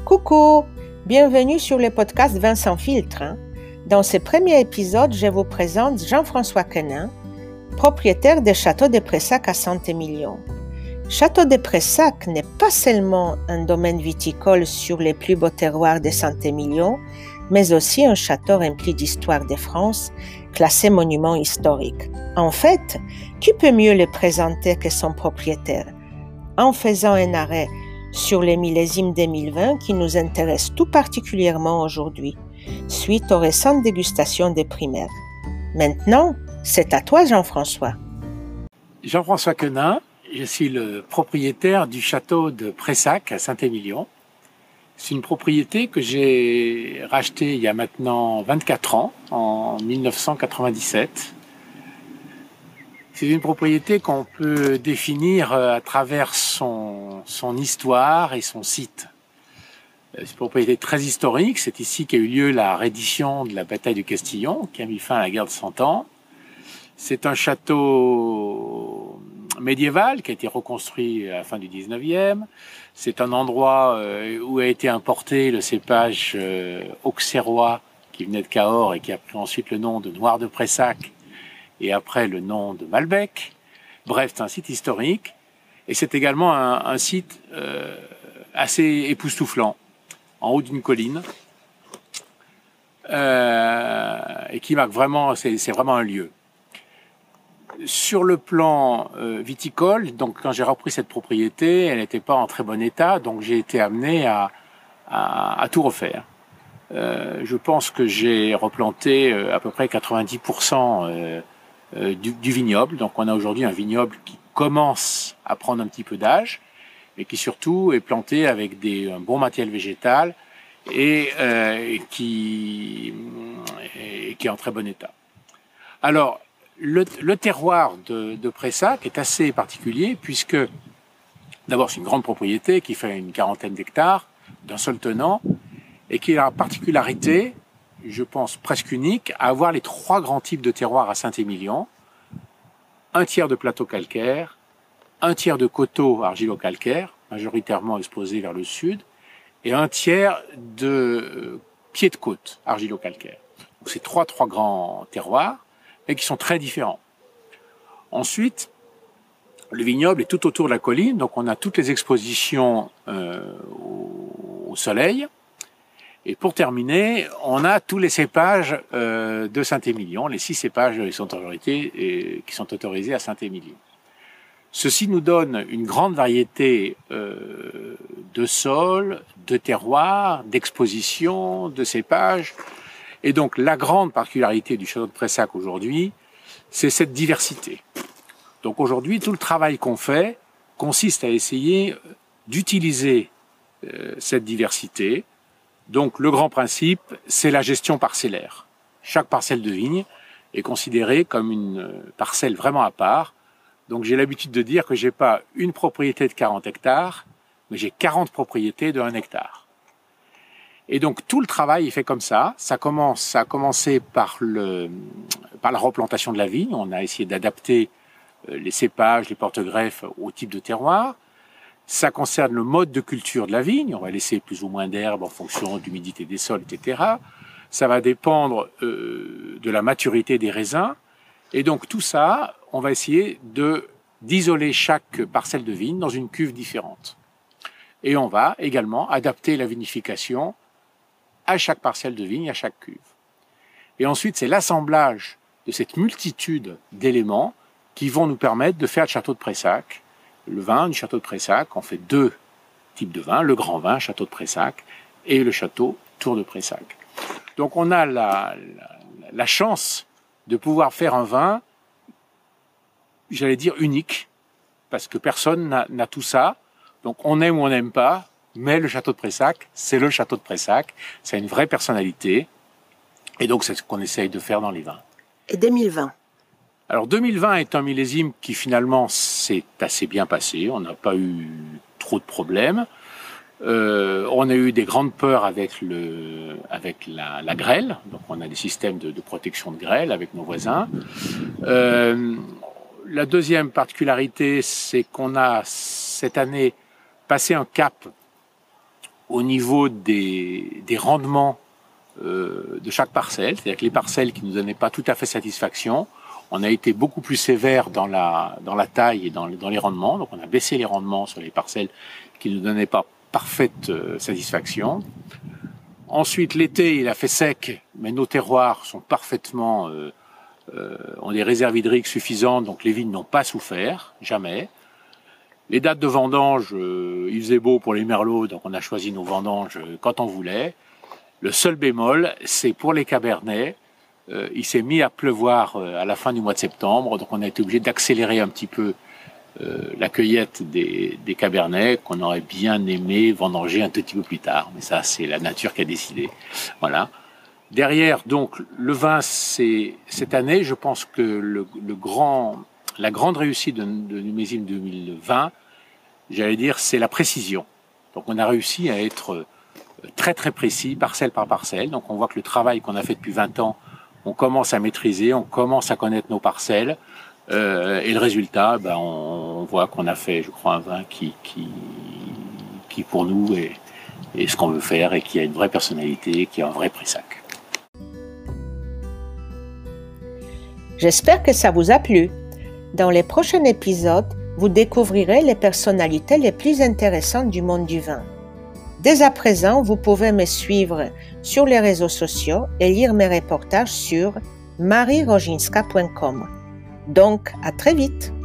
Coucou, bienvenue sur le podcast Vin sans filtre. Dans ce premier épisode, je vous présente Jean-François Quenin, propriétaire des Châteaux de Pressac à Saint-Émilion. Château de Pressac n'est pas seulement un domaine viticole sur les plus beaux terroirs de Saint-Émilion, mais aussi un château rempli d'histoire de France, classé monument historique. En fait, qui peut mieux le présenter que son propriétaire? En faisant un arrêt sur les millésimes 2020 qui nous intéressent tout particulièrement aujourd'hui, suite aux récentes dégustations des primaires. Maintenant, c'est à toi Jean-François. Jean-François Quenin, je suis le propriétaire du château de Pressac à Saint-Émilion. C'est une propriété que j'ai rachetée il y a maintenant 24 ans, en 1997. C'est une propriété qu'on peut définir à travers son histoire et son site. C'est une propriété très historique. C'est ici qu'a eu lieu la reddition de la bataille du Castillon, qui a mis fin à la guerre de 100 ans. C'est un château médiéval qui a été reconstruit à la fin du 19e. C'est un endroit où a été importé le cépage auxerrois qui venait de Cahors et qui a pris ensuite le nom de Noir de Pressac et après le nom de Malbec. Bref, c'est un site historique et c'est également un site assez époustouflant, en haut d'une colline, et qui marque vraiment, c'est vraiment un lieu. Sur le plan viticole, donc quand j'ai repris cette propriété, elle n'était pas en très bon état, donc j'ai été amené à tout refaire. Je pense que j'ai replanté à peu près 90% du vignoble. Donc on a aujourd'hui un vignoble qui commence à prendre un petit peu d'âge et qui surtout est planté avec un bon matériel végétal et qui est en très bon état. Alors, le terroir de Pressac est assez particulier puisque, d'abord, c'est une grande propriété qui fait une 40aine d'hectares d'un seul tenant et qui a la particularité, je pense presque unique, à avoir les 3 grands types de terroirs à Saint-Émilion. Un tiers de plateau calcaire, un tiers de coteaux argilo-calcaires, majoritairement exposés vers le sud, et un tiers de pieds de côte argilo-calcaires. Donc c'est trois grands terroirs, mais qui sont très différents. Ensuite, le vignoble est tout autour de la colline, donc on a toutes les expositions au soleil. Et pour terminer, on a tous les cépages de Saint-Émilion, les 6 cépages qui sont autorisés à Saint-Émilion. Ceci nous donne une grande variété de sols, de terroirs, d'expositions, de cépages. Et donc la grande particularité du château de Pressac aujourd'hui, c'est cette diversité. Donc aujourd'hui, tout le travail qu'on fait consiste à essayer d'utiliser cette diversité. Donc le grand principe, c'est la gestion parcellaire. Chaque parcelle de vigne est considérée comme une parcelle vraiment à part. Donc j'ai l'habitude de dire que j'ai pas une propriété de 40 hectares, mais j'ai 40 propriétés de 1 hectare. Et donc tout le travail est fait comme ça. Ça a commencé par la replantation de la vigne. On a essayé d'adapter les cépages, les porte-greffes au type de terroir. Ça concerne le mode de culture de la vigne. On va laisser plus ou moins d'herbe en fonction de l'humidité des sols, etc. Ça va dépendre de la maturité des raisins. Et donc tout ça, on va essayer d'isoler chaque parcelle de vigne dans une cuve différente. Et on va également adapter la vinification à chaque parcelle de vigne, à chaque cuve. Et ensuite, c'est l'assemblage de cette multitude d'éléments qui vont nous permettre de faire le château de Pressac. Le vin du château de Pressac, on fait 2 types de vins, le grand vin, château de Pressac, et le château Tour de Pressac. Donc on a la chance de pouvoir faire un vin, j'allais dire unique, parce que personne n'a tout ça. Donc on aime ou on n'aime pas, mais le château de Pressac, c'est le château de Pressac, ça a une vraie personnalité, et donc c'est ce qu'on essaye de faire dans les vins. Et 2020? Alors 2020 est un millésime qui finalement s'est assez bien passé, on n'a pas eu trop de problèmes. On a eu des grandes peurs avec la grêle, donc on a des systèmes de protection de grêle avec nos voisins. La deuxième particularité, c'est qu'on a cette année passé un cap au niveau des rendements de chaque parcelle, c'est-à-dire que les parcelles qui ne nous donnaient pas tout à fait satisfaction, on a été beaucoup plus sévère dans la taille et dans les rendements. Donc on a baissé les rendements sur les parcelles qui ne nous donnaient pas parfaite satisfaction. Ensuite, l'été, il a fait sec, mais nos terroirs sont parfaitement ont des réserves hydriques suffisantes, donc les vignes n'ont pas souffert, jamais. Les dates de vendange, il faisait beau pour les merlots, donc on a choisi nos vendanges quand on voulait. Le seul bémol, c'est pour les cabernets, il s'est mis à pleuvoir à la fin du mois de septembre, donc on a été obligé d'accélérer un petit peu la cueillette des cabernets qu'on aurait bien aimé vendanger un tout petit peu plus tard. Mais ça, c'est la nature qui a décidé. Voilà. Derrière, donc, le vin, c'est cette année, je pense que la grande réussite de Numésime 2020, j'allais dire, c'est la précision. Donc, on a réussi à être très très précis, parcelle par parcelle. Donc, on voit que le travail qu'on a fait depuis 20 ans, on commence à maîtriser, on commence à connaître nos parcelles. Et le résultat, on voit qu'on a fait, je crois, un vin qui pour nous est ce qu'on veut faire et qui a une vraie personnalité, qui a un vrai Pressac. J'espère que ça vous a plu. Dans les prochains épisodes, vous découvrirez les personnalités les plus intéressantes du monde du vin. Dès à présent, vous pouvez me suivre sur les réseaux sociaux et lire mes reportages sur marieroginska.com. Donc, à très vite!